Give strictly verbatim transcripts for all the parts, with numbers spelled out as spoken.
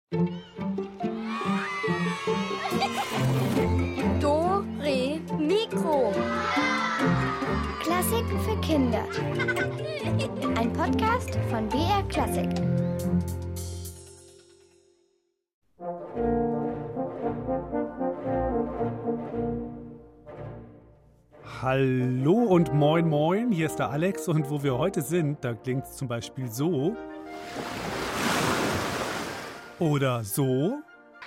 Dore Mikro. Klassiken für Kinder. Ein Podcast von B R Klassik. Hallo und moin moin, hier ist der Alex und wo wir heute sind, da klingt es zum Beispiel so oder so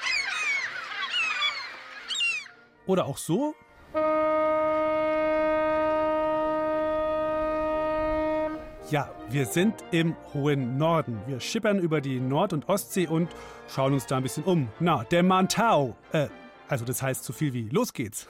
oder auch so. Ja, wir sind im hohen Norden. Wir schippern über die Nord- und Ostsee und schauen uns da ein bisschen um. Na, der Mantau. Äh, also das heißt so viel wie los geht's.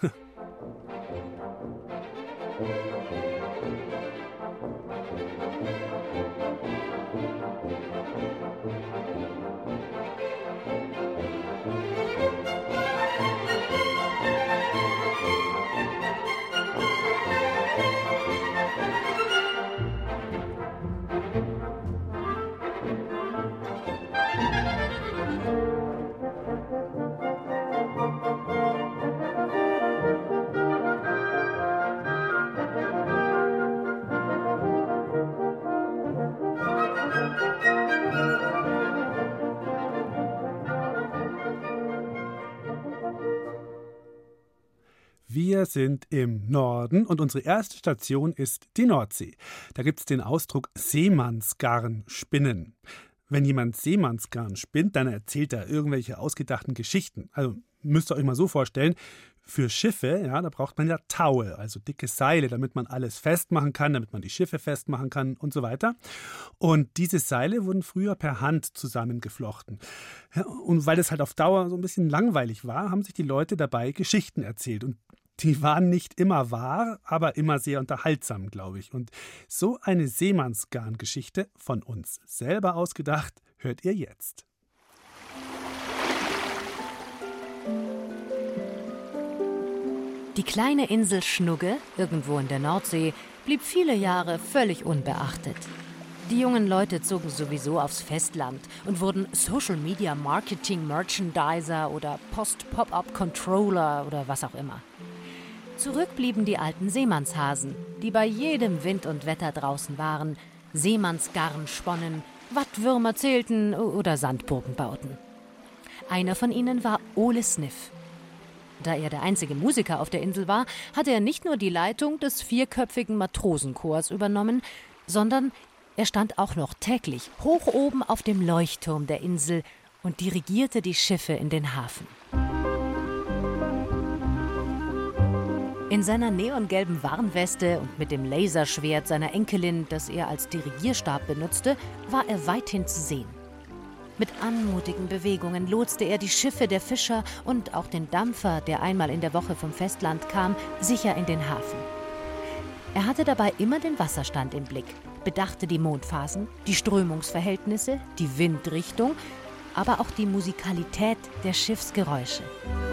Wir sind im Norden und unsere erste Station ist die Nordsee. Da gibt es den Ausdruck Seemannsgarn spinnen. Wenn jemand Seemannsgarn spinnt, dann erzählt er irgendwelche ausgedachten Geschichten. Also müsst ihr euch mal so vorstellen, für Schiffe, ja, da braucht man ja Taue, also dicke Seile, damit man alles festmachen kann, damit man die Schiffe festmachen kann und so weiter. Und diese Seile wurden früher per Hand zusammengeflochten. Ja, und weil das halt auf Dauer so ein bisschen langweilig war, haben sich die Leute dabei Geschichten erzählt. Und die waren nicht immer wahr, aber immer sehr unterhaltsam, glaube ich. Und so eine Seemannsgarn-Geschichte von uns selber ausgedacht, hört ihr jetzt. Die kleine Insel Schnugge, irgendwo in der Nordsee, blieb viele Jahre völlig unbeachtet. Die jungen Leute zogen sowieso aufs Festland und wurden Social-Media-Marketing-Merchandiser oder Post-Pop-Up-Controller oder was auch immer. Zurück blieben die alten Seemannshasen, die bei jedem Wind und Wetter draußen waren, Seemannsgarn sponnen, Wattwürmer zählten oder Sandburgen bauten. Einer von ihnen war Ole Sniff. Da er der einzige Musiker auf der Insel war, hatte er nicht nur die Leitung des vierköpfigen Matrosenchors übernommen, sondern er stand auch noch täglich hoch oben auf dem Leuchtturm der Insel und dirigierte die Schiffe in den Hafen. In seiner neongelben Warnweste und mit dem Laserschwert seiner Enkelin, das er als Dirigierstab benutzte, war er weithin zu sehen. Mit anmutigen Bewegungen lotste er die Schiffe der Fischer und auch den Dampfer, der einmal in der Woche vom Festland kam, sicher in den Hafen. Er hatte dabei immer den Wasserstand im Blick, bedachte die Mondphasen, die Strömungsverhältnisse, die Windrichtung, aber auch die Musikalität der Schiffsgeräusche.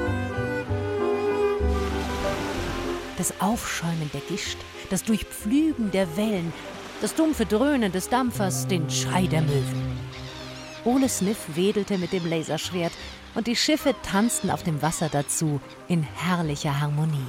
Das Aufschäumen der Gischt, das Durchpflügen der Wellen, das dumpfe Dröhnen des Dampfers, den Schrei der Möwen. Ole Sniff wedelte mit dem Laserschwert und die Schiffe tanzten auf dem Wasser dazu in herrlicher Harmonie.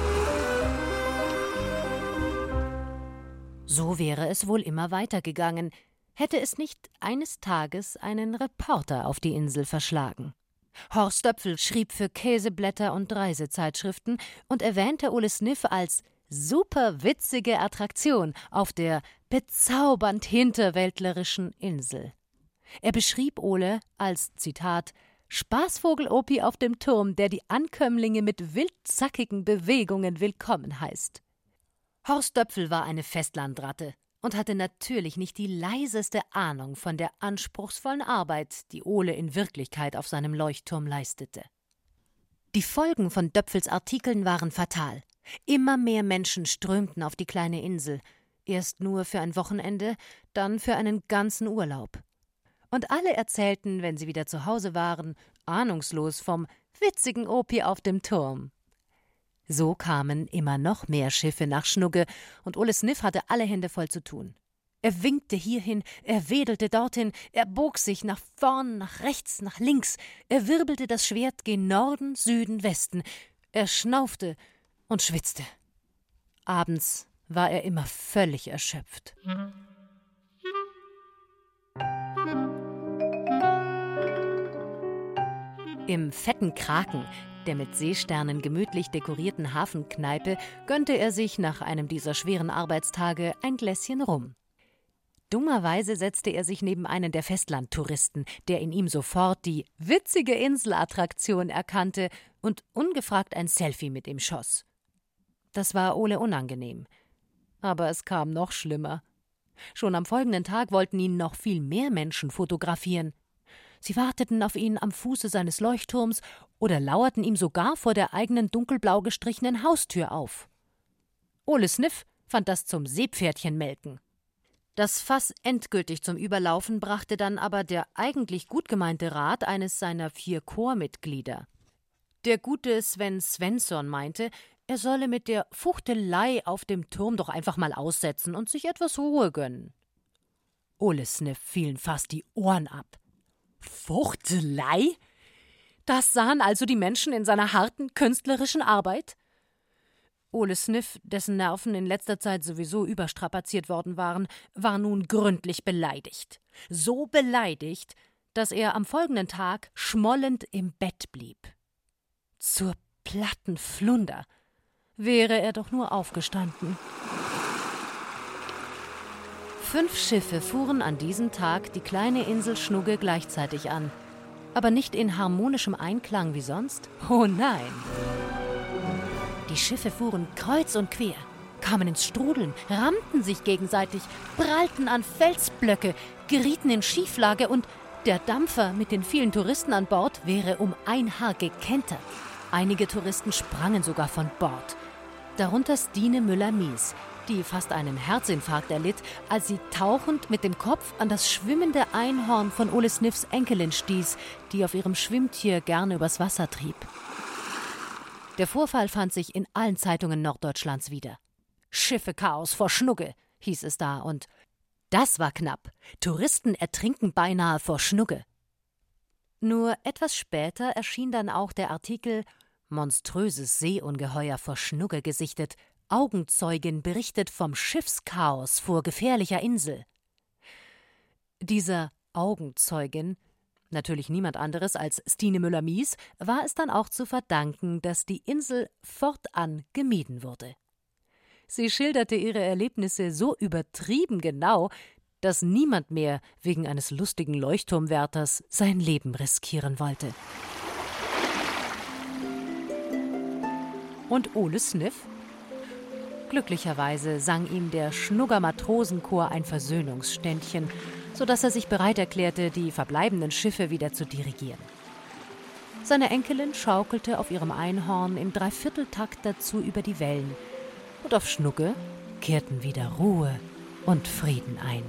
So wäre es wohl immer weitergegangen, hätte es nicht eines Tages einen Reporter auf die Insel verschlagen. Horst Döpfel schrieb für Käseblätter und Reisezeitschriften und erwähnte Ole Sniff als super witzige Attraktion auf der bezaubernd hinterwäldlerischen Insel. Er beschrieb Ole als, Zitat, Spaßvogel-Opi auf dem Turm, der die Ankömmlinge mit wildzackigen Bewegungen willkommen heißt. Horst Döpfel war eine Festlandratte und hatte natürlich nicht die leiseste Ahnung von der anspruchsvollen Arbeit, die Ole in Wirklichkeit auf seinem Leuchtturm leistete. Die Folgen von Döpfels Artikeln waren fatal. Immer mehr Menschen strömten auf die kleine Insel, erst nur für ein Wochenende, dann für einen ganzen Urlaub. Und alle erzählten, wenn sie wieder zu Hause waren, ahnungslos vom witzigen Opi auf dem Turm. So kamen immer noch mehr Schiffe nach Schnugge und Ole Sniff hatte alle Hände voll zu tun. Er winkte hierhin, er wedelte dorthin, er bog sich nach vorn, nach rechts, nach links, er wirbelte das Schwert gen Norden, Süden, Westen, er schnaufte und schwitzte. Abends war er immer völlig erschöpft. Im fetten Kraken, der mit Seesternen gemütlich dekorierten Hafenkneipe, gönnte er sich nach einem dieser schweren Arbeitstage ein Gläschen Rum. Dummerweise setzte er sich neben einen der Festlandtouristen, der in ihm sofort die witzige Inselattraktion erkannte und ungefragt ein Selfie mit ihm schoss. Das war Ole unangenehm. Aber es kam noch schlimmer. Schon am folgenden Tag wollten ihn noch viel mehr Menschen fotografieren. Sie warteten auf ihn am Fuße seines Leuchtturms oder lauerten ihm sogar vor der eigenen dunkelblau gestrichenen Haustür auf. Ole Sniff fand das zum Seepferdchenmelken. Das Fass endgültig zum Überlaufen brachte dann aber der eigentlich gut gemeinte Rat eines seiner vier Chormitglieder. Der gute Sven Svensson meinte, er solle mit der Fuchtelei auf dem Turm doch einfach mal aussetzen und sich etwas Ruhe gönnen. Ole Sniff fielen fast die Ohren ab. Fuchtelei? Das sahen also die Menschen in seiner harten künstlerischen Arbeit? Ole Sniff, dessen Nerven in letzter Zeit sowieso überstrapaziert worden waren, war nun gründlich beleidigt. So beleidigt, dass er am folgenden Tag schmollend im Bett blieb. Zur platten Flunder. Wäre er doch nur aufgestanden. Fünf Schiffe fuhren an diesem Tag die kleine Insel Schnugge gleichzeitig an. Aber nicht in harmonischem Einklang wie sonst. Oh nein! Die Schiffe fuhren kreuz und quer, kamen ins Strudeln, rammten sich gegenseitig, prallten an Felsblöcke, gerieten in Schieflage und der Dampfer mit den vielen Touristen an Bord wäre um ein Haar gekentert. Einige Touristen sprangen sogar von Bord. Darunter Stine Müller-Mies, die fast einen Herzinfarkt erlitt, als sie tauchend mit dem Kopf an das schwimmende Einhorn von Ole Sniffs Enkelin stieß, die auf ihrem Schwimmtier gerne übers Wasser trieb. Der Vorfall fand sich in allen Zeitungen Norddeutschlands wieder. Schiffechaos vor Schnugge, hieß es da, und das war knapp. Touristen ertrinken beinahe vor Schnugge. Nur etwas später erschien dann auch der Artikel »Monströses Seeungeheuer vor Schnugge gesichtet. Augenzeugin berichtet vom Schiffschaos vor gefährlicher Insel.« Dieser Augenzeugin, natürlich niemand anderes als Stine Müller-Mies, war es dann auch zu verdanken, dass die Insel fortan gemieden wurde. Sie schilderte ihre Erlebnisse so übertrieben genau, dass niemand mehr wegen eines lustigen Leuchtturmwärters sein Leben riskieren wollte. Und Ole Sniff? Glücklicherweise sang ihm der Schnugger-Matrosenchor ein Versöhnungsständchen, sodass er sich bereit erklärte, die verbleibenden Schiffe wieder zu dirigieren. Seine Enkelin schaukelte auf ihrem Einhorn im Dreivierteltakt dazu über die Wellen, und auf Schnugge kehrten wieder Ruhe und Frieden ein.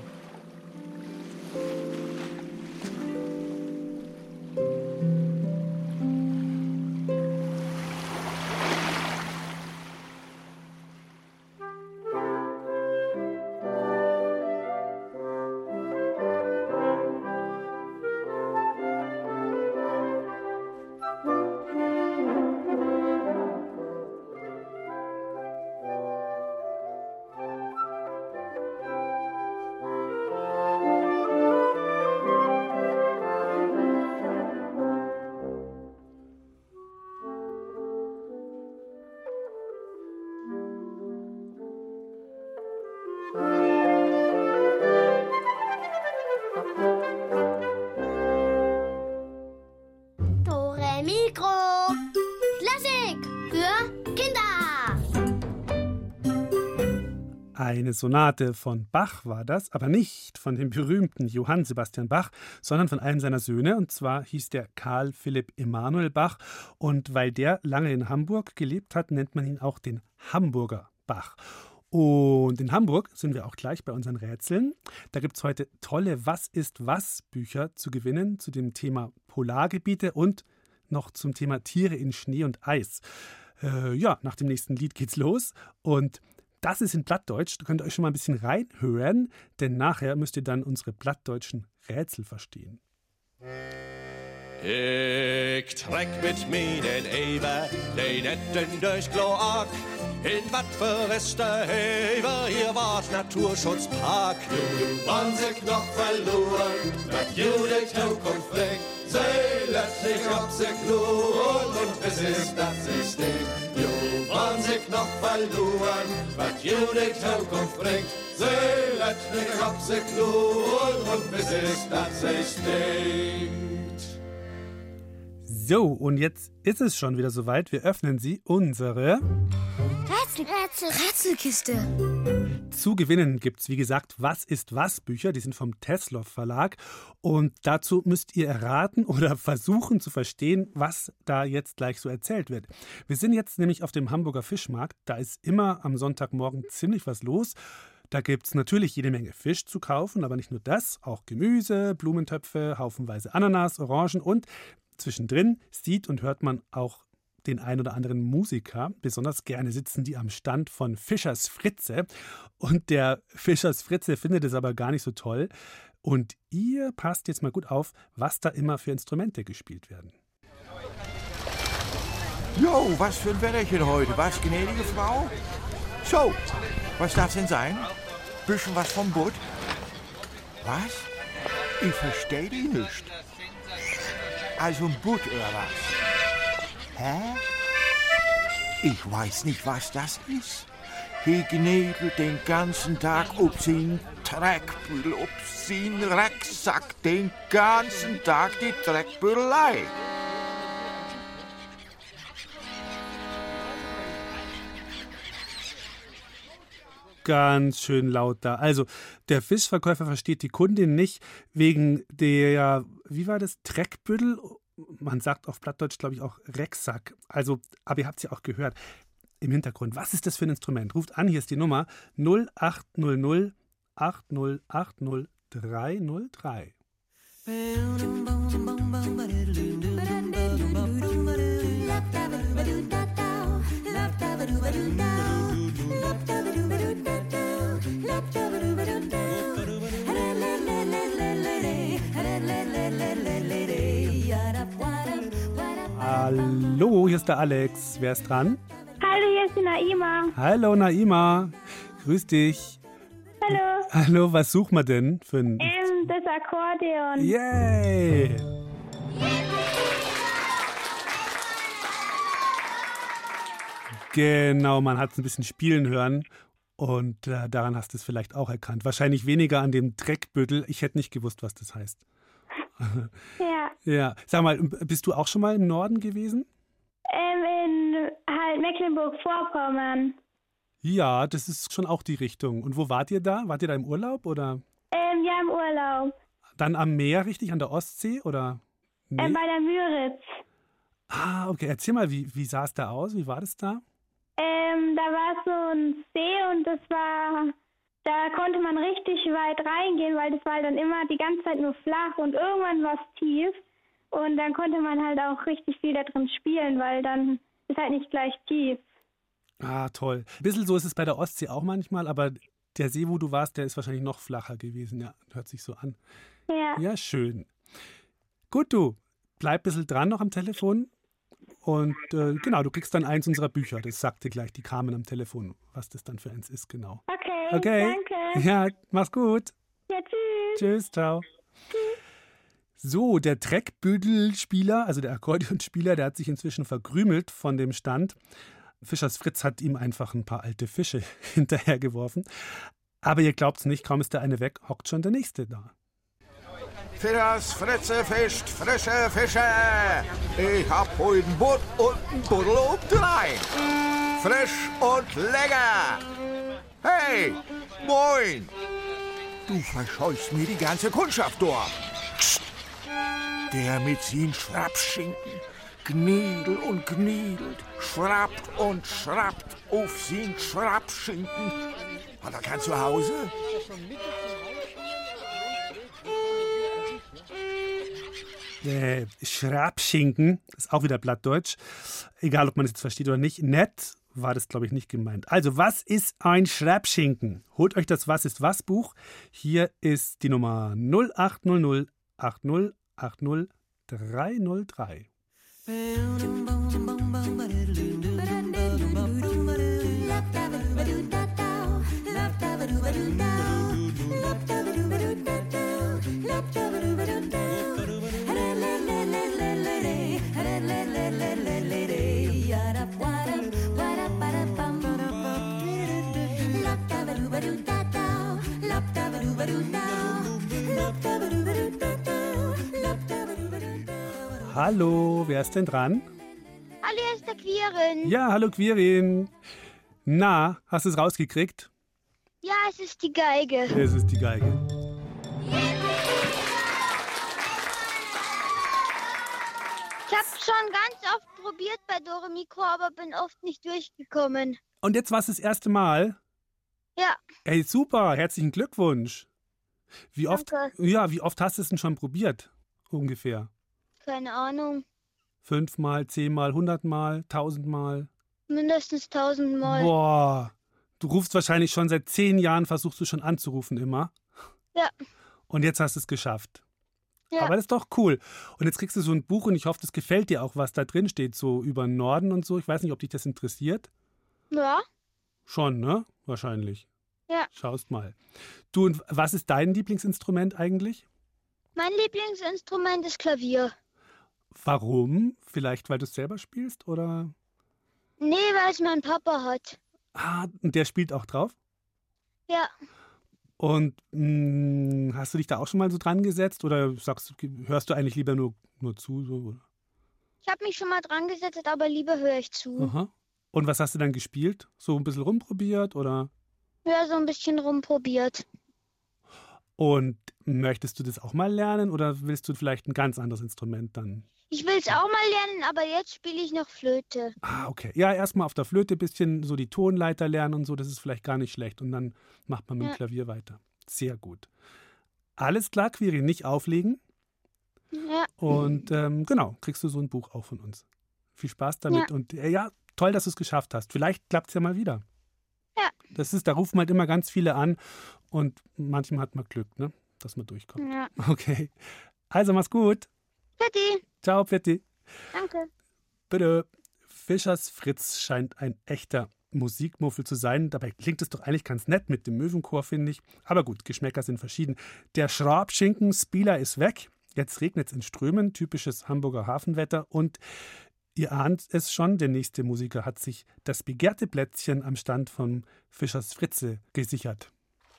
Eine Sonate von Bach war das, aber nicht von dem berühmten Johann Sebastian Bach, sondern von einem seiner Söhne, und zwar hieß der Karl Philipp Emanuel Bach, und weil der lange in Hamburg gelebt hat, nennt man ihn auch den Hamburger Bach. Und in Hamburg sind wir auch gleich bei unseren Rätseln. Da gibt es heute tolle Was-ist-was-Bücher zu gewinnen zu dem Thema Polargebiete und noch zum Thema Tiere in Schnee und Eis. Äh, ja, nach dem nächsten Lied geht's los, und Das ist in Plattdeutsch. Da könnt ihr euch schon mal ein bisschen reinhören, denn nachher müsst ihr dann unsere plattdeutschen Rätsel verstehen. Ich treck mit meinen Eber den Netten durch Kloak. In wat für ist der Heber, hier war's Naturschutzpark. Du waren sich noch verloren, dat jede Zukunft bringt. Sie lässt sich ob sich lohn und es ist das System. Du waren sich noch verloren, wat jede Zukunft bringt. Sie lässt sich ob sich lohn und es ist das System. So, und jetzt ist es schon wieder soweit. Wir öffnen sie, unsere Rätsel, Rätsel, Rätselkiste. Zu gewinnen gibt's, wie gesagt, Was ist was Bücher. Die sind vom Teslow Verlag. Und dazu müsst ihr erraten oder versuchen zu verstehen, was da jetzt gleich so erzählt wird. Wir sind jetzt nämlich auf dem Hamburger Fischmarkt. Da ist immer am Sonntagmorgen ziemlich was los. Da gibt's natürlich jede Menge Fisch zu kaufen, aber nicht nur das, auch Gemüse, Blumentöpfe, haufenweise Ananas, Orangen und zwischendrin sieht und hört man auch den ein oder anderen Musiker. Besonders gerne sitzen die am Stand von Fischers Fritze. Und der Fischers Fritze findet es aber gar nicht so toll. Und ihr passt jetzt mal gut auf, was da immer für Instrumente gespielt werden. Jo, was für ein Wetterchen heute, was, gnädige Frau? So, was darf's denn sein? Bisschen was vom Butt? Was? Ich versteh die nicht. Also ein Butt oder was? Hä? Ich weiß nicht, was das ist. He gnädelt den ganzen Tag ob sin Dreckbüdel, ob sin Rucksack, den ganzen Tag die Dreckbüdelei. Ganz schön laut da. Also, der Fischverkäufer versteht die Kundin nicht wegen der, wie war das, Dreckbüdel? Man sagt auf Plattdeutsch, glaube ich, auch Recksack. Also, aber ihr habt es ja auch gehört im Hintergrund. Was ist das für ein Instrument? Ruft an, hier ist die Nummer null acht null null acht null acht null drei null drei. Hallo, hier ist der Alex. Wer ist dran? Hallo, hier ist die Naima. Hallo, Naima. Grüß dich. Hallo. Hallo, was suchen wir denn für ein... Ähm, das Akkordeon. Yay! Genau, man hat es ein bisschen spielen hören und äh, daran hast du es vielleicht auch erkannt. Wahrscheinlich weniger an dem Dreckbüttel. Ich hätte nicht gewusst, was das heißt. Ja. Ja. Sag mal, bist du auch schon mal im Norden gewesen? Ähm, in halt Mecklenburg-Vorpommern. Ja, das ist schon auch die Richtung. Und wo wart ihr da? Wart ihr da im Urlaub oder? Ähm, ja, im Urlaub. Dann am Meer, richtig, an der Ostsee oder? Nee? Ähm, bei der Müritz. Ah, okay. Erzähl mal, wie, wie sah es da aus? Wie war das da? Ähm, da war so ein See und das war, da konnte man richtig weit reingehen, weil das war halt dann immer die ganze Zeit nur flach und irgendwann war es tief. Und dann konnte man halt auch richtig viel da drin spielen, weil dann ist halt nicht gleich tief. Ah, toll. Ein bisschen so ist es bei der Ostsee auch manchmal, aber der See, wo du warst, der ist wahrscheinlich noch flacher gewesen. Ja, hört sich so an. Ja. Ja, schön. Gut, du, bleib ein bisschen dran noch am Telefon. Und äh, genau, du kriegst dann eins unserer Bücher. Das sagte gleich die Carmen am Telefon, was das dann für eins ist, genau. Okay, Okay. danke. Ja, mach's gut. Ja, tschüss. Tschüss, ciao. So, der Dreckbüdelspieler, also der Akkordeonspieler, der hat sich inzwischen verkrümelt von dem Stand. Fischers Fritz hat ihm einfach ein paar alte Fische hinterhergeworfen. Aber ihr glaubt's nicht, kaum ist der eine weg, hockt schon der nächste da. Fischers Fritze fischt frische Fische. Ich hab heute ein Butt und ein Buddel obdrein. Frisch und lecker. Hey, moin. Du verscheust mir die ganze Kundschaft durch. Psst. Der mit sin Schrappschinken gnädel und gnädelt, schrappt und schrappt auf sin Schrappschinken. Hat er kein Zuhause? Äh, Schrappschinken, ist auch wieder Plattdeutsch. Egal, ob man es jetzt versteht oder nicht. Nett war das, glaube ich, nicht gemeint. Also, was ist ein Schraubschinken? Holt euch das Was ist was Buch. Hier ist die Nummer null acht null null acht null acht null drei null drei. Hallo, wer ist denn dran? Hallo, hier ist der Quirin. Ja, hallo Quirin. Na, hast du es rausgekriegt? Ja, es ist die Geige. Es ist die Geige. Ich habe schon ganz oft probiert bei Dore Mikro, aber bin oft nicht durchgekommen. Und jetzt war es das erste Mal? Ja. Ey, super, herzlichen Glückwunsch. Wie oft, Danke. ja, wie oft hast du es denn schon probiert? Ungefähr. Keine Ahnung. Fünfmal, zehnmal, hundertmal, tausendmal? Mindestens tausendmal. Boah, du rufst wahrscheinlich schon seit zehn Jahren, versuchst du schon anzurufen immer. Ja. Und jetzt hast du es geschafft. Ja. Aber das ist doch cool. Und jetzt kriegst du so ein Buch und ich hoffe, das gefällt dir auch, was da drin steht, so über den Norden und so. Ich weiß nicht, ob dich das interessiert. Ja. Schon, ne? Wahrscheinlich. Ja. Schaust mal. Du, und was ist dein Lieblingsinstrument eigentlich? Mein Lieblingsinstrument ist Klavier. Warum? Vielleicht, weil du es selber spielst, oder? Nee, weil es mein Papa hat. Ah, und der spielt auch drauf? Ja. Und mh, hast du dich da auch schon mal so dran gesetzt oder sagst, hörst du eigentlich lieber nur, nur zu? So? Ich habe mich schon mal dran gesetzt, aber lieber höre ich zu. Aha. Und was hast du dann gespielt? So ein bisschen rumprobiert oder? Ja, so ein bisschen rumprobiert. Und möchtest du das auch mal lernen oder willst du vielleicht ein ganz anderes Instrument dann? Ich will es auch mal lernen, aber jetzt spiele ich noch Flöte. Ah, okay. Ja, erstmal auf der Flöte ein bisschen so die Tonleiter lernen und so, das ist vielleicht gar nicht schlecht. Und dann macht man mit dem Ja. Klavier weiter. Sehr gut. Alles klar, Quirin, nicht auflegen. Ja. Und ähm, genau, kriegst du so ein Buch auch von uns. Viel Spaß damit. Ja. Und äh, ja, toll, dass du es geschafft hast. Vielleicht klappt es ja mal wieder. Ja. Das ist, da rufen halt immer ganz viele an und manchmal hat man Glück, ne, dass man durchkommt. Ja. Okay. Also mach's gut. Fertig. Ciao, Pfitti. Danke. Bitte. Fischers Fritz scheint ein echter Musikmuffel zu sein. Dabei klingt es doch eigentlich ganz nett mit dem Möwenchor, finde ich. Aber gut, Geschmäcker sind verschieden. Der Schraubschinken-Spieler ist weg. Jetzt regnet es in Strömen, typisches Hamburger Hafenwetter. Und ihr ahnt es schon, der nächste Musiker hat sich das begehrte Plätzchen am Stand von Fischers Fritze gesichert.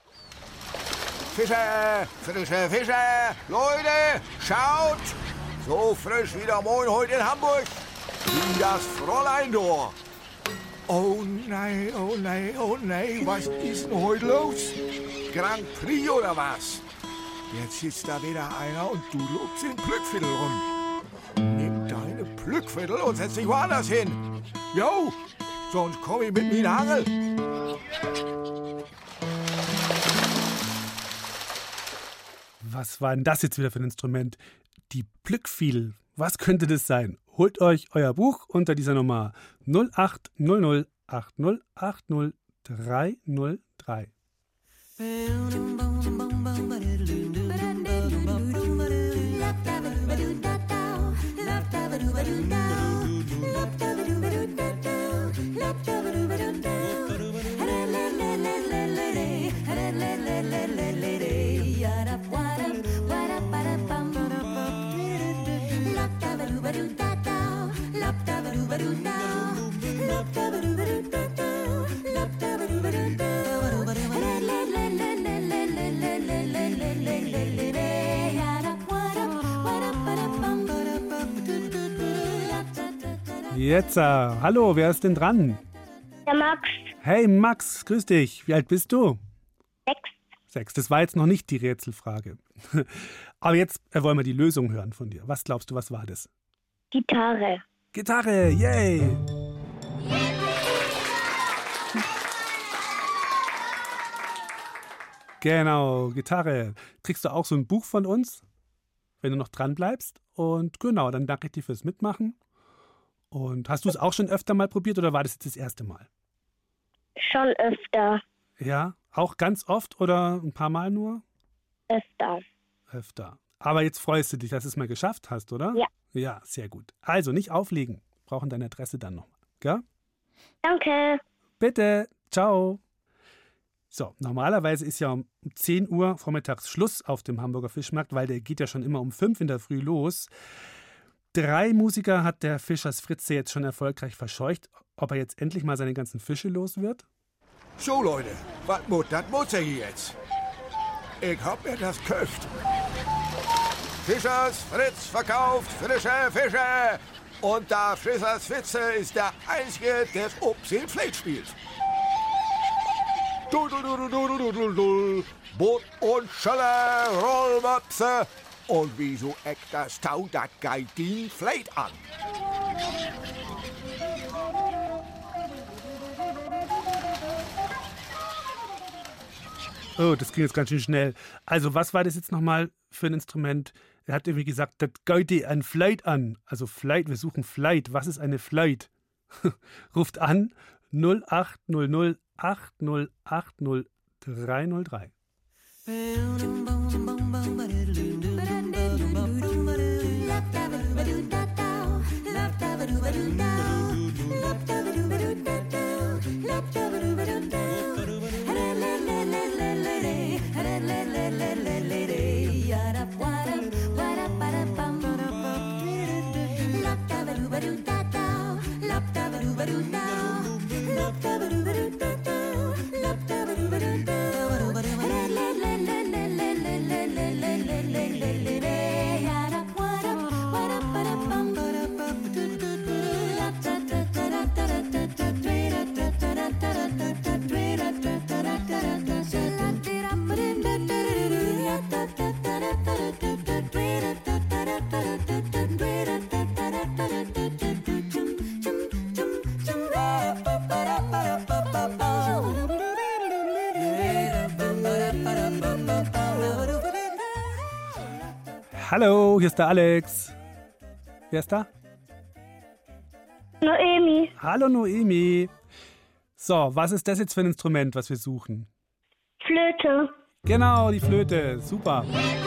Fische, frische Fische, Leute, schaut! So frisch wie der Mond heute in Hamburg, wie das Fräulein da. Oh nein, oh nein, oh nein, was ist denn heute los? Grand Prix oder was? Jetzt sitzt da wieder einer und du lobst den Plückviertel rum. Nimm deine Plückviertel und setz dich woanders hin. Jo, sonst komm ich mit mir in die Angel. Was war denn das jetzt wieder für ein Instrument? Die Plückfiedel. Was könnte das sein? Holt euch euer Buch unter dieser Nummer null acht null null acht null acht null drei null drei. Jetzt, äh, hallo, wer ist denn dran? Der Max. Hey Max, grüß dich. Wie alt bist du? Sechs. Sechs. Das war jetzt noch nicht die Rätselfrage. Aber jetzt äh, wollen wir die Lösung hören von dir. Was glaubst du, was war das? Gitarre. Gitarre, yay! Genau, Gitarre. Kriegst du auch so ein Buch von uns, wenn du noch dran bleibst. Und genau, dann danke ich dir fürs Mitmachen. Und hast du es auch schon öfter mal probiert oder war das jetzt das erste Mal? Schon öfter. Ja, auch ganz oft oder ein paar Mal nur? Öfter. Öfter. Aber jetzt freust du dich, dass du es mal geschafft hast, oder? Ja. Ja, sehr gut. Also nicht auflegen. Brauchen deine Adresse dann nochmal. Gell? Danke. Bitte. Ciao. So, normalerweise ist ja um zehn Uhr vormittags Schluss auf dem Hamburger Fischmarkt, weil der geht ja schon immer um fünf in der Früh los. Drei Musiker hat der Fischers Fritze jetzt schon erfolgreich verscheucht. Ob er jetzt endlich mal seine ganzen Fische los wird? So, Leute, was muss, das muss er jetzt. Ich hab mir das köcht. Fischers Fritz verkauft frische Fische. Und da Fischers Fritze ist der Einzige, der ob zehn Fleet spielt. Du, du, du, du, du, du, du, du. Boot und Schölle, Rollmöpse. Und wieso eck das Tau, dat geht die Fleet an. Oh, das ging jetzt ganz schön schnell. Also, was war das jetzt nochmal für ein Instrument? Er hat irgendwie gesagt, das geht ein Fleit an. Also Fleit, wir suchen Fleit. Was ist eine Fleit? Ruft an null acht null null acht null acht null drei null drei. Hallo, hier ist der Alex. Wer ist da? Noemi. Hallo Noemi. So, was ist das jetzt für ein Instrument, was wir suchen? Flöte. Genau, die Flöte. Super.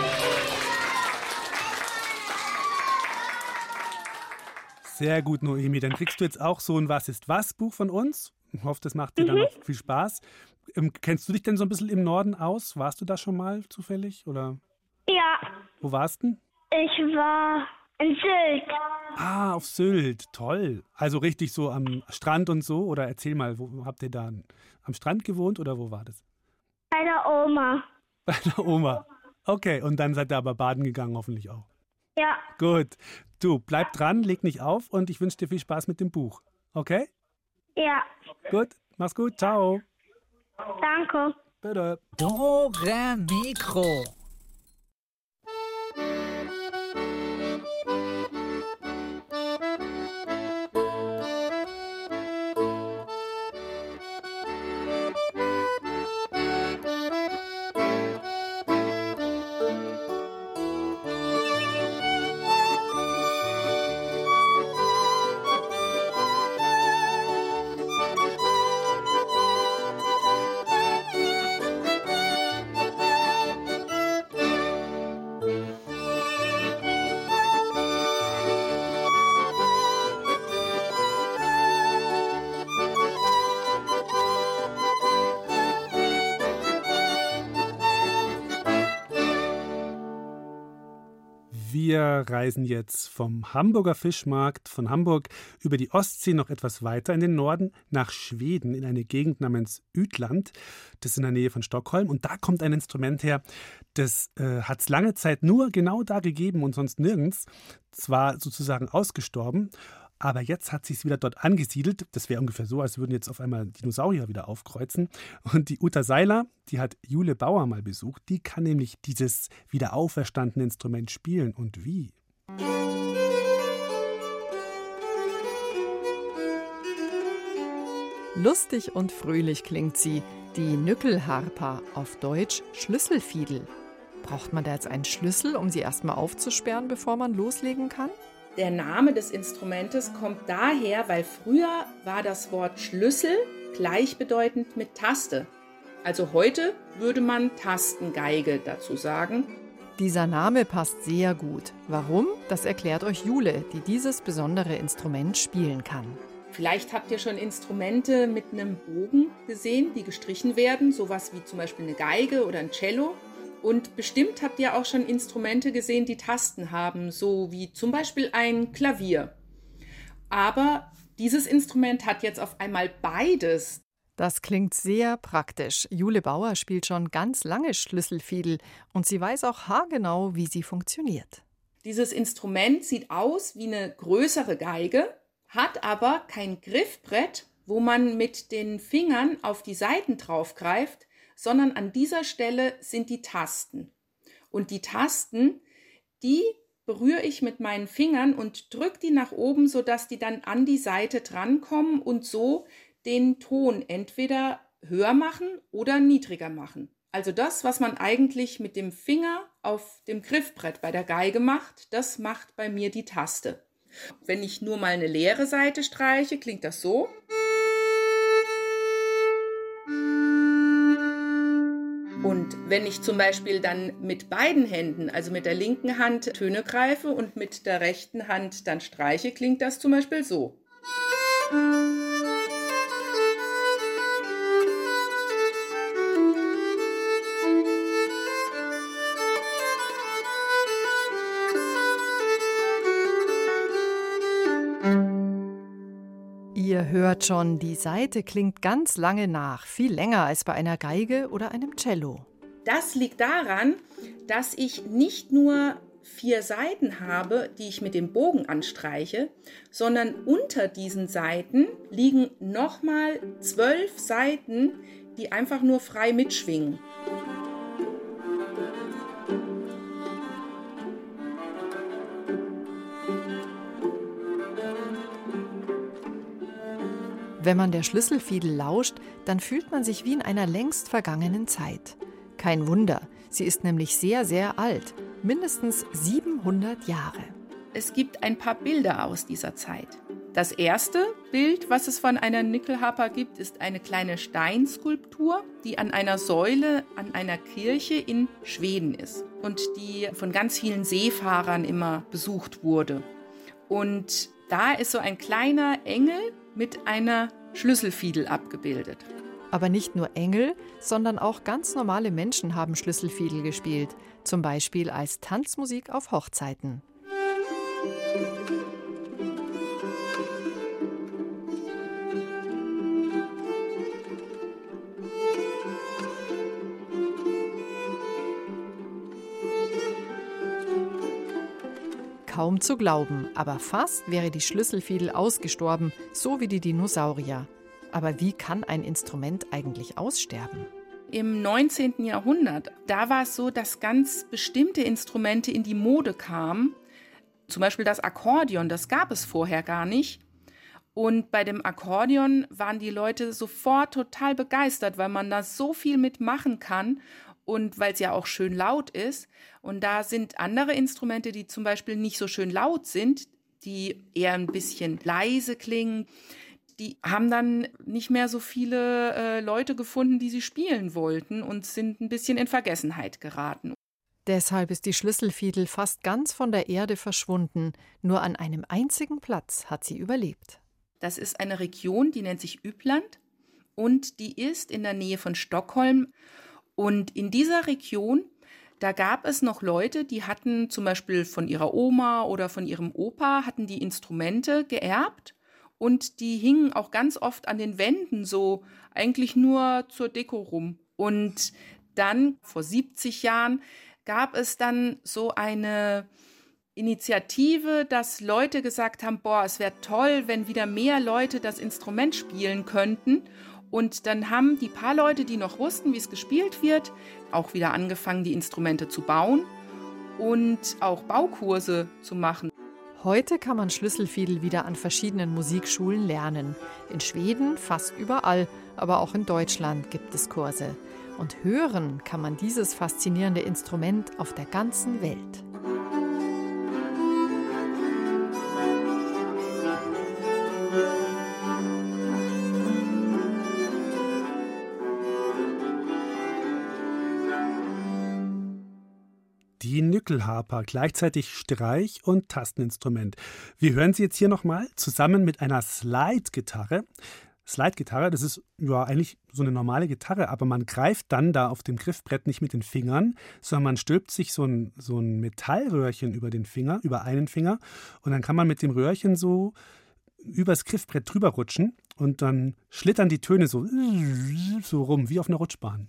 Sehr gut, Noemi. Dann kriegst du jetzt auch so ein Was ist was Buch von uns. Ich hoffe, das macht dir mhm. dann noch viel Spaß. Ähm, kennst du dich denn so ein bisschen im Norden aus? Warst du da schon mal zufällig? Oder? Ja. Wo warst du denn? Ich war in Sylt. Ah, auf Sylt. Toll. Also richtig so am Strand und so? Oder erzähl mal, wo habt ihr da am Strand gewohnt oder wo war das? Bei der Oma. Bei der Oma. Okay, und dann seid ihr aber baden gegangen hoffentlich auch. Ja. Gut. Du, bleib dran, leg nicht auf und ich wünsche dir viel Spaß mit dem Buch. Okay? Ja. Gut, mach's gut. Ciao. Danke. Bitte. Dore Mikro. Wir reisen jetzt vom Hamburger Fischmarkt von Hamburg über die Ostsee noch etwas weiter in den Norden nach Schweden, in eine Gegend namens Ütland. Das ist in der Nähe von Stockholm. Und da kommt ein Instrument her, das äh, hat es lange Zeit nur genau da gegeben und sonst nirgends. Zwar sozusagen ausgestorben, aber jetzt hat sich es wieder dort angesiedelt. Das wäre ungefähr so, als würden jetzt auf einmal Dinosaurier wieder aufkreuzen. Und die Uta Seiler, die hat Jule Bauer mal besucht. Die kann nämlich dieses wieder auferstandene Instrument spielen. Und wie? Lustig und fröhlich klingt sie, die Nückelharpa, auf Deutsch Schlüsselfiedel. Braucht man da jetzt einen Schlüssel, um sie erstmal aufzusperren, bevor man loslegen kann? Der Name des Instrumentes kommt daher, weil früher war das Wort Schlüssel gleichbedeutend mit Taste. Also heute würde man Tastengeige dazu sagen. Dieser Name passt sehr gut. Warum? Das erklärt euch Jule, die dieses besondere Instrument spielen kann. Vielleicht habt ihr schon Instrumente mit einem Bogen gesehen, die gestrichen werden, sowas wie zum Beispiel eine Geige oder ein Cello. Und bestimmt habt ihr auch schon Instrumente gesehen, die Tasten haben, so wie zum Beispiel ein Klavier. Aber dieses Instrument hat jetzt auf einmal beides. Das klingt sehr praktisch. Jule Bauer spielt schon ganz lange Schlüsselfiedel und sie weiß auch haargenau, wie sie funktioniert. Dieses Instrument sieht aus wie eine größere Geige, hat aber kein Griffbrett, wo man mit den Fingern auf die Saiten draufgreift, sondern an dieser Stelle sind die Tasten. Und die Tasten, die berühre ich mit meinen Fingern und drücke die nach oben, sodass die dann an die Saite drankommen und so den Ton entweder höher machen oder niedriger machen. Also das, was man eigentlich mit dem Finger auf dem Griffbrett bei der Geige macht, das macht bei mir die Taste. Wenn ich nur mal eine leere Saite streiche, klingt das so. Und wenn ich zum Beispiel dann mit beiden Händen, also mit der linken Hand Töne greife und mit der rechten Hand dann streiche, klingt das zum Beispiel so. Ihr hört schon, die Saite klingt ganz lange nach, viel länger als bei einer Geige oder einem Cello. Das liegt daran, dass ich nicht nur vier Saiten habe, die ich mit dem Bogen anstreiche, sondern unter diesen Saiten liegen nochmal zwölf Saiten, die einfach nur frei mitschwingen. Wenn man der Schlüsselfiedel lauscht, dann fühlt man sich wie in einer längst vergangenen Zeit. Kein Wunder, sie ist nämlich sehr, sehr alt, mindestens siebenhundert Jahre. Es gibt ein paar Bilder aus dieser Zeit. Das erste Bild, was es von einer Nyckelharpa gibt, ist eine kleine Steinskulptur, die an einer Säule an einer Kirche in Schweden ist und die von ganz vielen Seefahrern immer besucht wurde. Und da ist so ein kleiner Engel mit einer Schlüsselfiedel abgebildet. Aber nicht nur Engel, sondern auch ganz normale Menschen haben Schlüsselfiedel gespielt, zum Beispiel als Tanzmusik auf Hochzeiten. Kaum zu glauben, aber fast wäre die Schlüsselfiedel ausgestorben, so wie die Dinosaurier. Aber wie kann ein Instrument eigentlich aussterben? Im neunzehnten Jahrhundert, da war es so, dass ganz bestimmte Instrumente in die Mode kamen. Zum Beispiel das Akkordeon, das gab es vorher gar nicht. Und bei dem Akkordeon waren die Leute sofort total begeistert, weil man da so viel mitmachen kann. Und weil es ja auch schön laut ist. Und da sind andere Instrumente, die zum Beispiel nicht so schön laut sind, die eher ein bisschen leise klingen, die haben dann nicht mehr so viele äh, Leute gefunden, die sie spielen wollten und sind ein bisschen in Vergessenheit geraten. Deshalb ist die Schlüsselfiedel fast ganz von der Erde verschwunden. Nur an einem einzigen Platz hat sie überlebt. Das ist eine Region, die nennt sich Uppland und die ist in der Nähe von Stockholm. Und in dieser Region, da gab es noch Leute, die hatten zum Beispiel von ihrer Oma oder von ihrem Opa, hatten die Instrumente geerbt und die hingen auch ganz oft an den Wänden so eigentlich nur zur Deko rum. Und dann vor siebzig Jahren gab es dann so eine Initiative, dass Leute gesagt haben, boah, es wäre toll, wenn wieder mehr Leute das Instrument spielen könnten. Und dann haben die paar Leute, die noch wussten, wie es gespielt wird, auch wieder angefangen, die Instrumente zu bauen und auch Baukurse zu machen. Heute kann man Schlüsselfiedel wieder an verschiedenen Musikschulen lernen. In Schweden fast überall, aber auch in Deutschland gibt es Kurse. Und hören kann man dieses faszinierende Instrument auf der ganzen Welt. die Nyckelharpa, gleichzeitig Streich- und Tasteninstrument. Wir hören sie jetzt hier nochmal zusammen mit einer Slide-Gitarre. Slide-Gitarre, das ist ja eigentlich so eine normale Gitarre, aber man greift dann da auf dem Griffbrett nicht mit den Fingern, sondern man stülpt sich so ein, so ein Metallröhrchen über den Finger, über einen Finger, und dann kann man mit dem Röhrchen so übers Griffbrett drüber rutschen und dann schlittern die Töne so, so rum, wie auf einer Rutschbahn.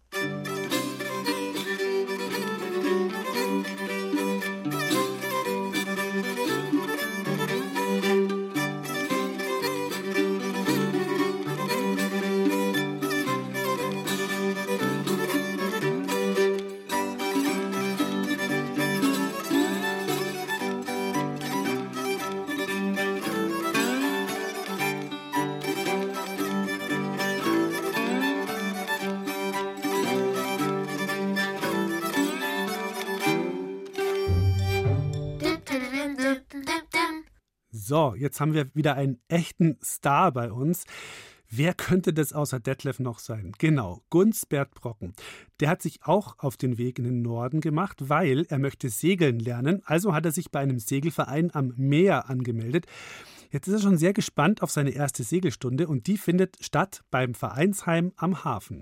So, jetzt haben wir wieder einen echten Star bei uns. Wer könnte das außer Detlef noch sein? Genau, Gunsbert Brocken. Der hat sich auch auf den Weg in den Norden gemacht, weil er möchte segeln lernen. Also hat er sich bei einem Segelverein am Meer angemeldet. Jetzt ist er schon sehr gespannt auf seine erste Segelstunde und die findet statt beim Vereinsheim am Hafen.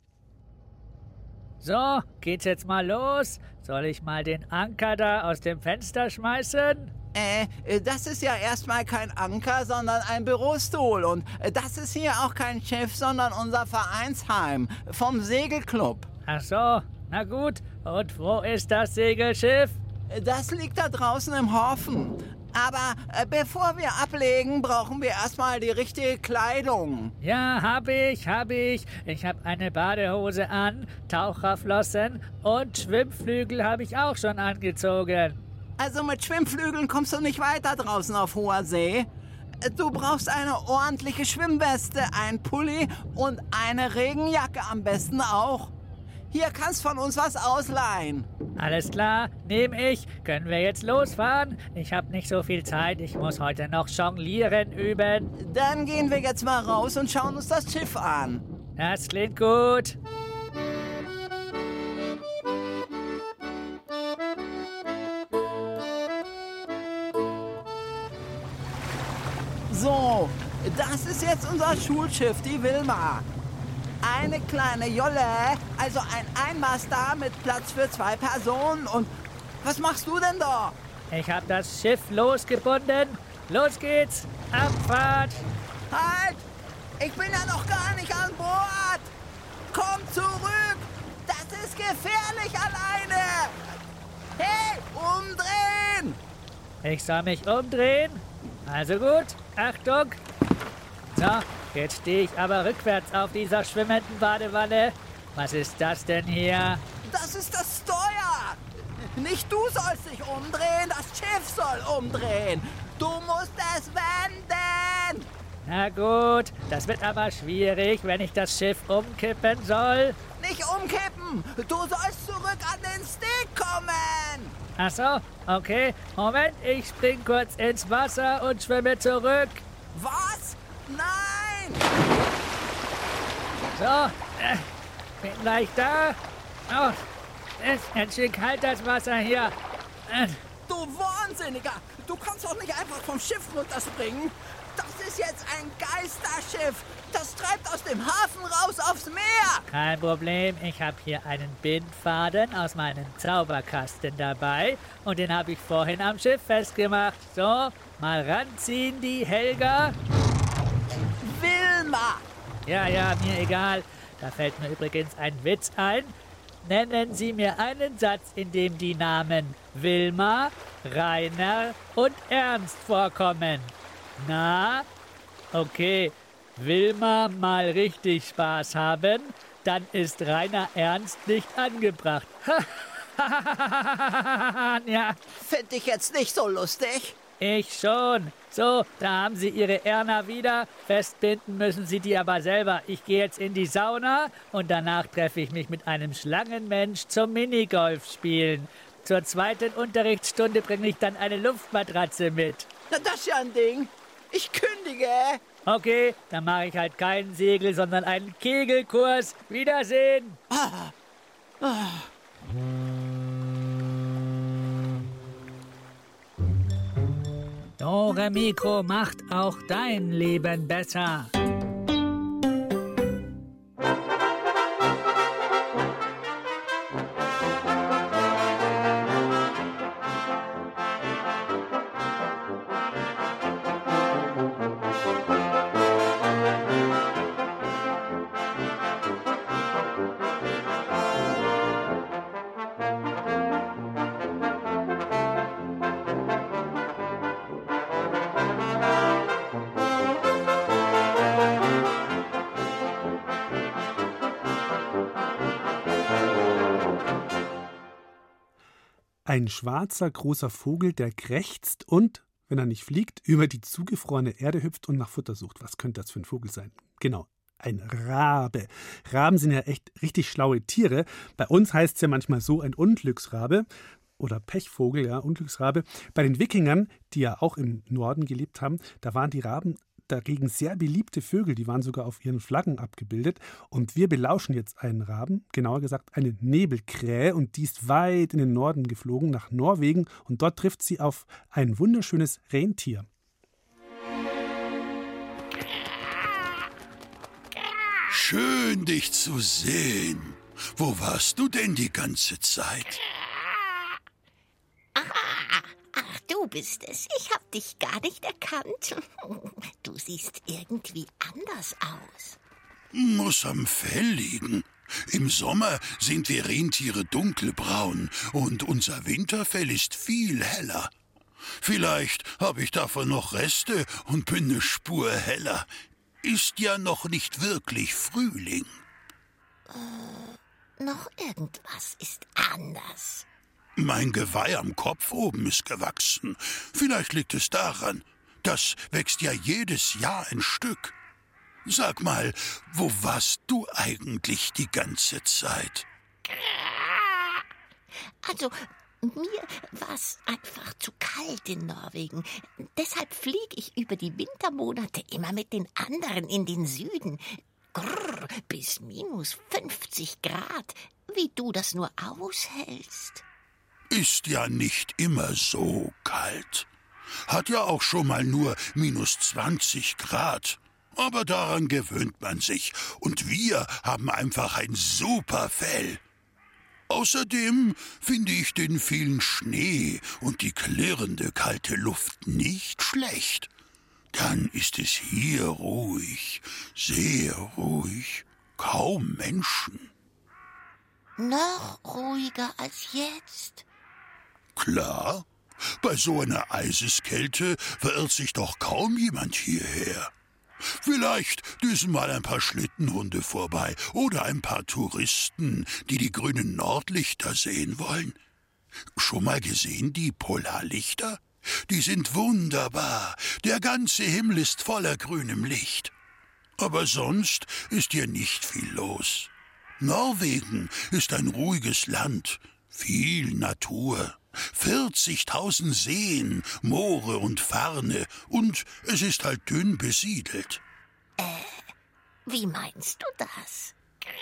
So, geht's jetzt mal los? Soll ich mal den Anker da aus dem Fenster schmeißen? Äh, das ist ja erstmal kein Anker, sondern ein Bürostuhl. Und das ist hier auch kein Schiff, sondern unser Vereinsheim vom Segelclub. Ach so, na gut. Und wo ist das Segelschiff? Das liegt da draußen im Hafen. Aber äh, bevor wir ablegen, brauchen wir erstmal die richtige Kleidung. Ja, hab ich, hab ich. Ich hab eine Badehose an, Taucherflossen und Schwimmflügel habe ich auch schon angezogen. Also mit Schwimmflügeln kommst du nicht weiter draußen auf hoher See. Du brauchst eine ordentliche Schwimmweste, einen Pulli und eine Regenjacke am besten auch. Hier kannst von uns was ausleihen. Alles klar, nehme ich. Können wir jetzt losfahren? Ich habe nicht so viel Zeit. Ich muss heute noch jonglieren üben. Dann gehen wir jetzt mal raus und schauen uns das Schiff an. Das klingt gut. So, das ist jetzt unser Schulschiff, die Wilma. Eine kleine Jolle, also ein Einmaster mit Platz für zwei Personen. Und was machst du denn da? Ich habe das Schiff losgebunden. Los geht's, Abfahrt. Halt! Ich bin ja noch gar nicht an Bord. Komm zurück. Das ist gefährlich alleine. Hey, umdrehen! Ich soll mich umdrehen? Also gut, Achtung. So, jetzt stehe ich aber rückwärts auf dieser schwimmenden Badewanne. Was ist das denn hier? Das ist das Steuer. Nicht du sollst dich umdrehen, das Schiff soll umdrehen. Du musst es wenden. Na gut, das wird aber schwierig, wenn ich das Schiff umkippen soll. Nicht umkippen, du sollst zurück an den Stick kommen. Ach so, okay. Moment, ich spring kurz ins Wasser und schwimme zurück. Was? Nein! So, äh, bin gleich da. Oh, es ist ganz schön kalt, das Wasser hier. Äh. Du Wahnsinniger! Du kannst doch nicht einfach vom Schiff runterspringen. Das ist jetzt ein Geisterschiff. Das treibt aus dem Hafen raus aufs Meer. Kein Problem, ich habe hier einen Bindfaden aus meinem Zauberkasten dabei. Und den habe ich vorhin am Schiff festgemacht. So, mal ranziehen, die Helga. Wilma! Ja, ja, mir egal. Da fällt mir übrigens ein Witz ein. Nennen Sie mir einen Satz, in dem die Namen Wilma, Rainer und Ernst vorkommen. Na? Okay. Wilma mal richtig Spaß haben, dann ist Rainer Ernst nicht angebracht. Ja. Find ich jetzt nicht so lustig. Ich schon. So, da haben Sie Ihre Erna wieder. Festbinden müssen Sie die aber selber. Ich gehe jetzt in die Sauna und danach treffe ich mich mit einem Schlangenmensch zum Minigolf spielen. Zur zweiten Unterrichtsstunde bringe ich dann eine Luftmatratze mit. Na, das ist ja ein Ding. Ich kündige. Okay, dann mache ich halt keinen Segel, sondern einen Kegelkurs. Wiedersehen. Ah. Ah. Dore Mikro macht auch dein Leben besser. Ein schwarzer, großer Vogel, der krächzt und, wenn er nicht fliegt, über die zugefrorene Erde hüpft und nach Futter sucht. Was könnte das für ein Vogel sein? Genau, ein Rabe. Raben sind ja echt richtig schlaue Tiere. Bei uns heißt es ja manchmal so ein Unglücksrabe oder Pechvogel, ja, Unglücksrabe. Bei den Wikingern, die ja auch im Norden gelebt haben, da waren die Raben dagegen sehr beliebte Vögel, die waren sogar auf ihren Flaggen abgebildet. Und wir belauschen jetzt einen Raben, genauer gesagt eine Nebelkrähe, und die ist weit in den Norden geflogen, nach Norwegen, und dort trifft sie auf ein wunderschönes Rentier. Schön, dich zu sehen. Wo warst du denn die ganze Zeit? Ach, du bist es. Ich hab dich gar nicht erkannt. Du siehst irgendwie anders aus. Muss am Fell liegen. Im Sommer sind wir Rentiere dunkelbraun und unser Winterfell ist viel heller. Vielleicht habe ich davon noch Reste und bin eine Spur heller. Ist ja noch nicht wirklich Frühling. Äh, noch irgendwas ist anders. Mein Geweih am Kopf oben ist gewachsen. Vielleicht liegt es daran. Das wächst ja jedes Jahr ein Stück. Sag mal, wo warst du eigentlich die ganze Zeit? Also, mir war es einfach zu kalt in Norwegen. Deshalb fliege ich über die Wintermonate immer mit den anderen in den Süden. Grrr, bis minus fünfzig Grad, wie du das nur aushältst. Ist ja nicht immer so kalt. Hat ja auch schon mal nur minus zwanzig Grad. Aber daran gewöhnt man sich. Und wir haben einfach ein super Fell. Außerdem finde ich den vielen Schnee und die klirrende kalte Luft nicht schlecht. Dann ist es hier ruhig, sehr ruhig, kaum Menschen. Noch ruhiger als jetzt? Klar, bei so einer Eiseskälte verirrt sich doch kaum jemand hierher. Vielleicht düsen mal ein paar Schlittenhunde vorbei oder ein paar Touristen, die die grünen Nordlichter sehen wollen. Schon mal gesehen die Polarlichter? Die sind wunderbar. Der ganze Himmel ist voller grünem Licht. Aber sonst ist hier nicht viel los. Norwegen ist ein ruhiges Land, viel Natur, vierzigtausend Seen, Moore und Farne, und es ist halt dünn besiedelt. Äh, wie meinst du das?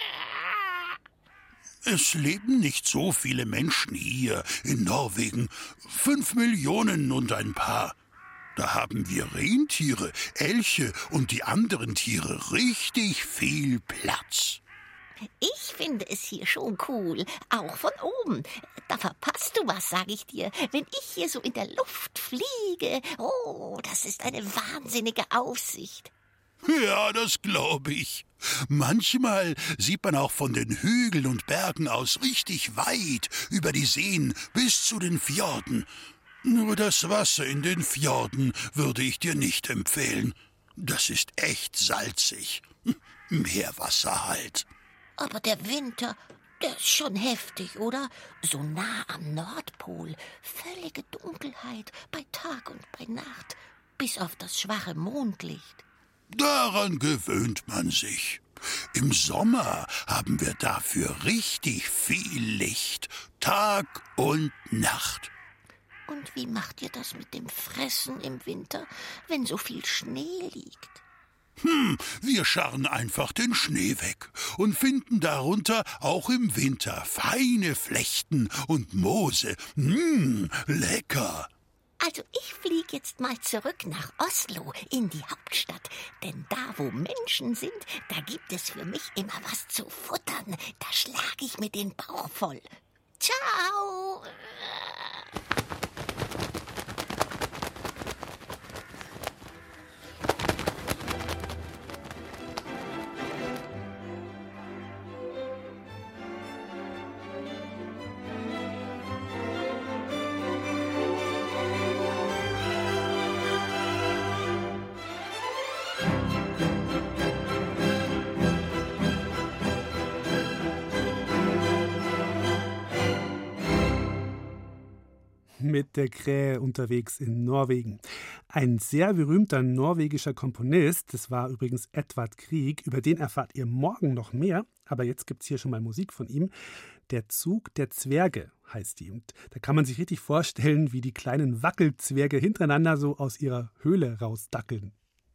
Es leben nicht so viele Menschen hier in Norwegen, fünf Millionen und ein paar. Da haben wir Rentiere, Elche und die anderen Tiere richtig viel Platz. Ich finde es hier schon cool, auch von oben. Da verpasst du was, sag ich dir, wenn ich hier so in der Luft fliege. Oh, das ist eine wahnsinnige Aussicht. Ja, das glaube ich. Manchmal sieht man auch von den Hügeln und Bergen aus richtig weit über die Seen bis zu den Fjorden. Nur das Wasser in den Fjorden würde ich dir nicht empfehlen. Das ist echt salzig. Meerwasser halt. Aber der Winter, der ist schon heftig, oder? So nah am Nordpol. Völlige Dunkelheit bei Tag und bei Nacht, bis auf das schwache Mondlicht. Daran gewöhnt man sich. Im Sommer haben wir dafür richtig viel Licht, Tag und Nacht. Und wie macht ihr das mit dem Fressen im Winter, wenn so viel Schnee liegt? Hm, wir scharren einfach den Schnee weg und finden darunter auch im Winter feine Flechten und Moose. Hm, lecker. Also ich fliege jetzt mal zurück nach Oslo, in die Hauptstadt. Denn da, wo Menschen sind, da gibt es für mich immer was zu futtern. Da schlage ich mir den Bauch voll. Ciao! Mit der Krähe unterwegs in Norwegen. Ein sehr berühmter norwegischer Komponist, das war übrigens Edvard Grieg, über den erfahrt ihr morgen noch mehr, aber jetzt gibt es hier schon mal Musik von ihm. Der Zug der Zwerge heißt die. Und da kann man sich richtig vorstellen, wie die kleinen Wackelzwerge hintereinander so aus ihrer Höhle rausdackeln.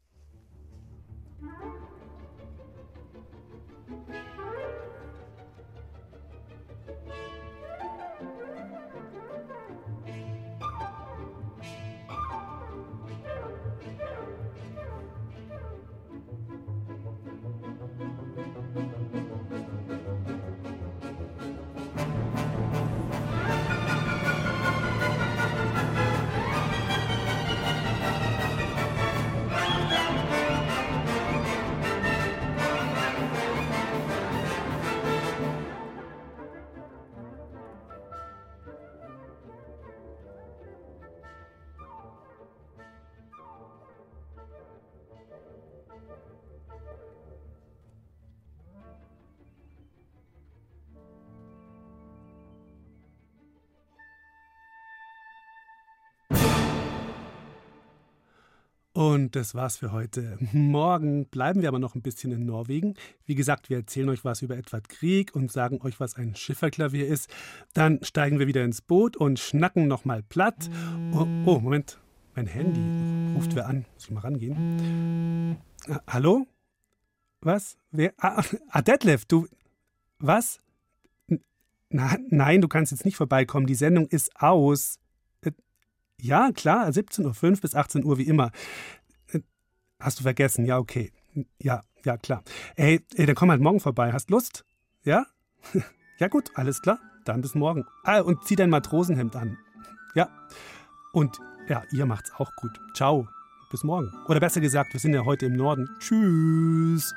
Und das war's für heute. Morgen bleiben wir aber noch ein bisschen in Norwegen. Wie gesagt, wir erzählen euch was über Edvard Grieg und sagen euch, was ein Schifferklavier ist. Dann steigen wir wieder ins Boot und schnacken nochmal platt. Oh, oh, Moment. Mein Handy ruft wer an. Muss ich mal rangehen? Ah, hallo? Was? Wer? Ah, ah, Detlef, du... Was? Na, nein, du kannst jetzt nicht vorbeikommen. Die Sendung ist aus. Ja, klar, siebzehn Uhr fünf bis achtzehn Uhr wie immer. Hast du vergessen? Ja, okay. Ja, ja, klar. Ey, ey, dann komm halt morgen vorbei. Hast Lust? Ja? Ja gut, alles klar. Dann bis morgen. Ah, und zieh dein Matrosenhemd an. Ja. Und ja, ihr macht's auch gut. Ciao. Bis morgen. Oder besser gesagt, wir sind ja heute im Norden. Tschüss.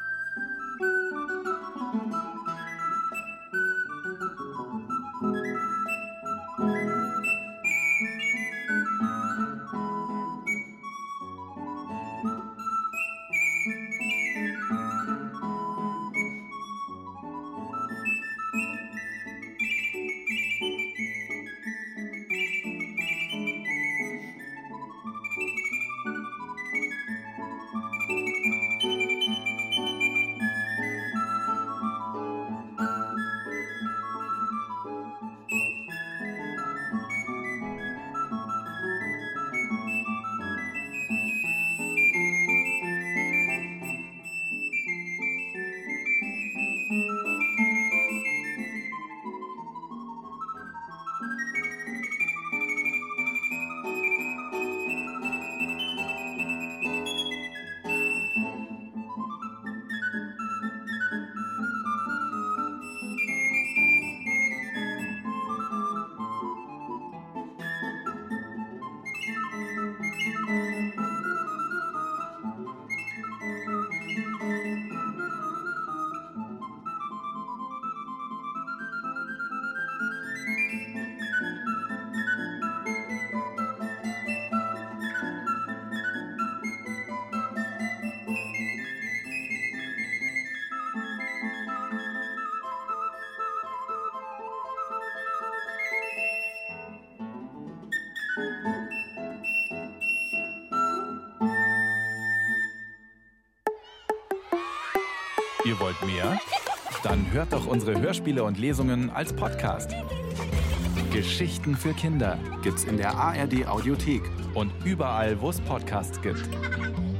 Ihr wollt mehr? Dann hört doch unsere Hörspiele und Lesungen als Podcast. Geschichten für Kinder gibt's in der A R D Audiothek und überall, wo es Podcasts gibt.